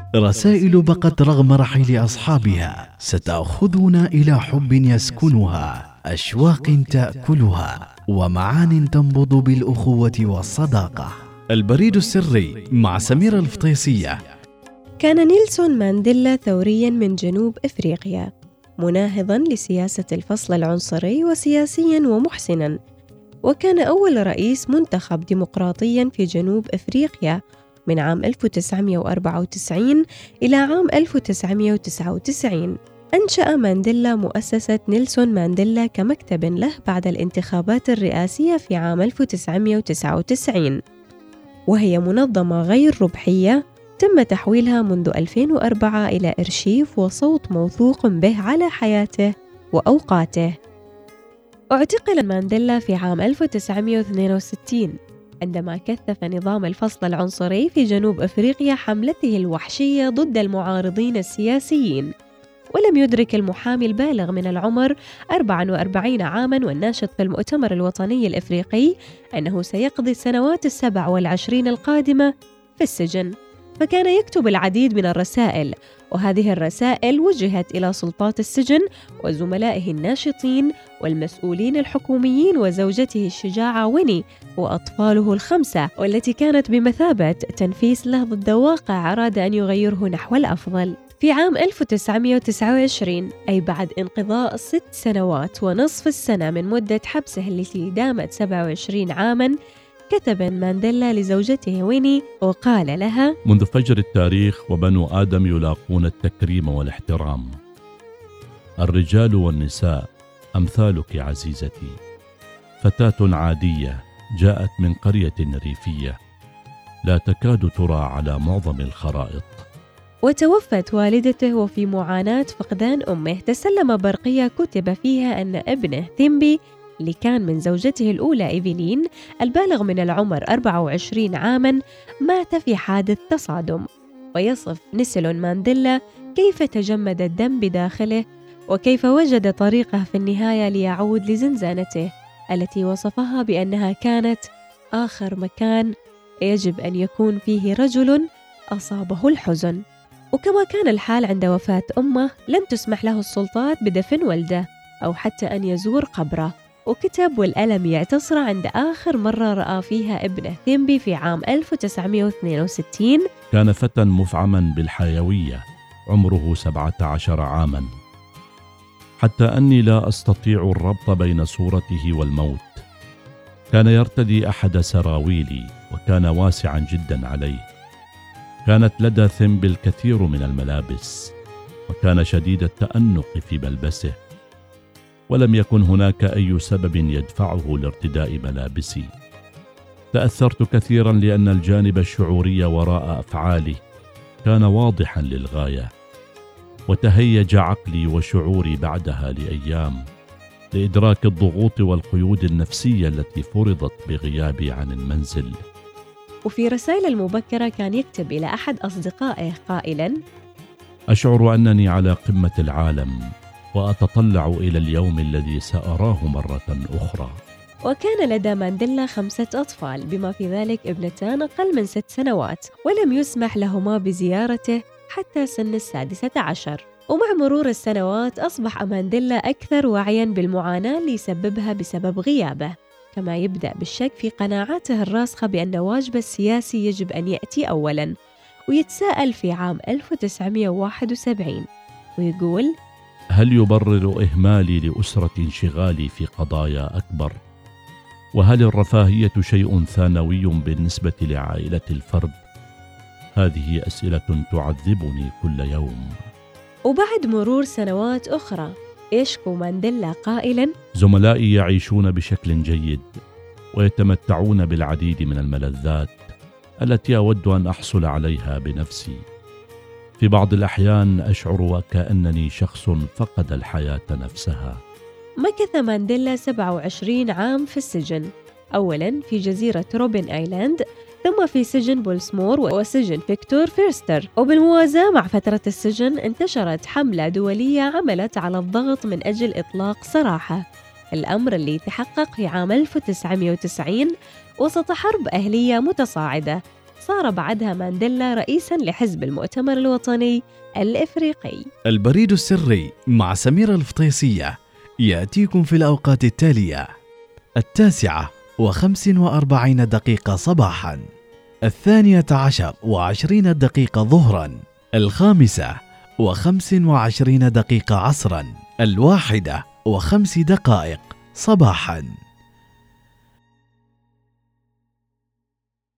رسائل بقت رغم رحيل أصحابها، ستأخذنا إلى حب يسكنها، أشواق تأكلها، ومعان تنبض بالأخوة والصداقة. البريد السري مع سميرة الفطيسية. كان نيلسون مانديلا ثورياً من جنوب إفريقيا، مناهضاً لسياسة الفصل العنصري وسياسياً ومحسناً، وكان أول رئيس منتخب ديمقراطياً في جنوب إفريقيا من عام 1994 إلى عام 1999. أنشأ مانديلا مؤسسة نيلسون مانديلا كمكتب له بعد الانتخابات الرئاسية في عام 1999، وهي منظمة غير ربحية تم تحويلها منذ 2004 إلى أرشيف وصوت موثوق به على حياته وأوقاته. اعتقل مانديلا في عام 1962 عندما كثف نظام الفصل العنصري في جنوب أفريقيا حملته الوحشية ضد المعارضين السياسيين، ولم يدرك المحامي البالغ من العمر 44 عاماً والناشط في المؤتمر الوطني الإفريقي أنه سيقضي السنوات 27 القادمة في السجن، فكان يكتب العديد من الرسائل، وهذه الرسائل وجهت إلى سلطات السجن وزملائه الناشطين والمسؤولين الحكوميين وزوجته الشجاعة ويني وأطفاله ال5، والتي كانت بمثابة تنفيس له ضد واقع أراد أن يغيره نحو الأفضل. في عام 1929، أي بعد انقضاء 6 سنوات ونصف السنة من مدة حبسه التي دامت 27 عاماً، كتب مانديلا لزوجته ويني وقال لها: منذ فجر التاريخ وبنو آدم يلاقون التكريم والاحترام، الرجال والنساء أمثالك عزيزتي، فتاة عادية جاءت من قرية ريفية لا تكاد ترى على معظم الخرائط. وتوفت والدته وفي معاناة فقدان أمه، تسلم برقية كتب فيها أن ابنه ثيمبي اللي كان من زوجته الأولى إيفيلين البالغ من العمر 24 عاماً مات في حادث تصادم. ويصف نيلسون مانديلا كيف تجمد الدم بداخله وكيف وجد طريقه في النهاية ليعود لزنزانته التي وصفها بأنها كانت آخر مكان يجب أن يكون فيه رجل أصابه الحزن. وكما كان الحال عند وفاة أمه، لم تسمح له السلطات بدفن ولده أو حتى أن يزور قبره، وكتب والألم يعتصر عند آخر مرة رأى فيها ابنه ثيمبي في عام 1962. كان فتى مفعما بالحيوية عمره 17 عاما، حتى أني لا أستطيع الربط بين صورته والموت. كان يرتدي أحد سراويلي وكان واسعا جدا عليه. كانت لدى ثيمبي الكثير من الملابس، وكان شديد التأنق في ملبسه، ولم يكن هناك أي سبب يدفعه لارتداء ملابسي. تأثرت كثيرا لأن الجانب الشعوري وراء أفعاله كان واضحا للغاية، وتهيج عقلي وشعوري بعدها لأيام لإدراك الضغوط والقيود النفسية التي فرضت بغيابي عن المنزل. وفي رسائل المبكرة كان يكتب إلى أحد أصدقائه قائلاً: أشعر أنني على قمة العالم وأتطلع إلى اليوم الذي سأراه مرة أخرى. وكان لدى مانديلا 5 أطفال، بما في ذلك ابنتان أقل من 6 سنوات، ولم يسمح لهما بزيارته حتى سن 16. ومع مرور السنوات أصبح مانديلا أكثر وعياً بالمعاناة اللي يسببها بسبب غيابه، كما يبدأ بالشك في قناعاته الراسخة بأن واجبه السياسي يجب أن يأتي أولاً، ويتساءل في عام 1971 ويقول: هل يبرر إهمالي لأسرة انشغالي في قضايا أكبر؟ وهل الرفاهية شيء ثانوي بالنسبة لعائلة الفرد؟ هذه أسئلة تعذبني كل يوم. وبعد مرور سنوات أخرى يشكو مانديلا قائلاً: زملائي يعيشون بشكل جيد ويتمتعون بالعديد من الملذات التي أود أن أحصل عليها بنفسي. في بعض الأحيان أشعر وكأنني شخص فقد الحياة نفسها. مكث مانديلا 27 عام في السجن، أولاً في جزيرة روبن آيلاند، ثم في سجن بولسمور وسجن فيكتور فيرستر. وبالموازاة مع فترة السجن انتشرت حملة دولية عملت على الضغط من أجل إطلاق سراحه، الأمر اللي تحقق في عام 1990 وسط حرب أهلية متصاعدة صار بعدها مانديلا رئيساً لحزب المؤتمر الوطني الإفريقي. البريد السري مع سميرة الفطيسية يأتيكم في الأوقات التالية: 9:45 صباحاً، 12:20 ظهراً، 5:25 عصراً، 1:05 صباحاً.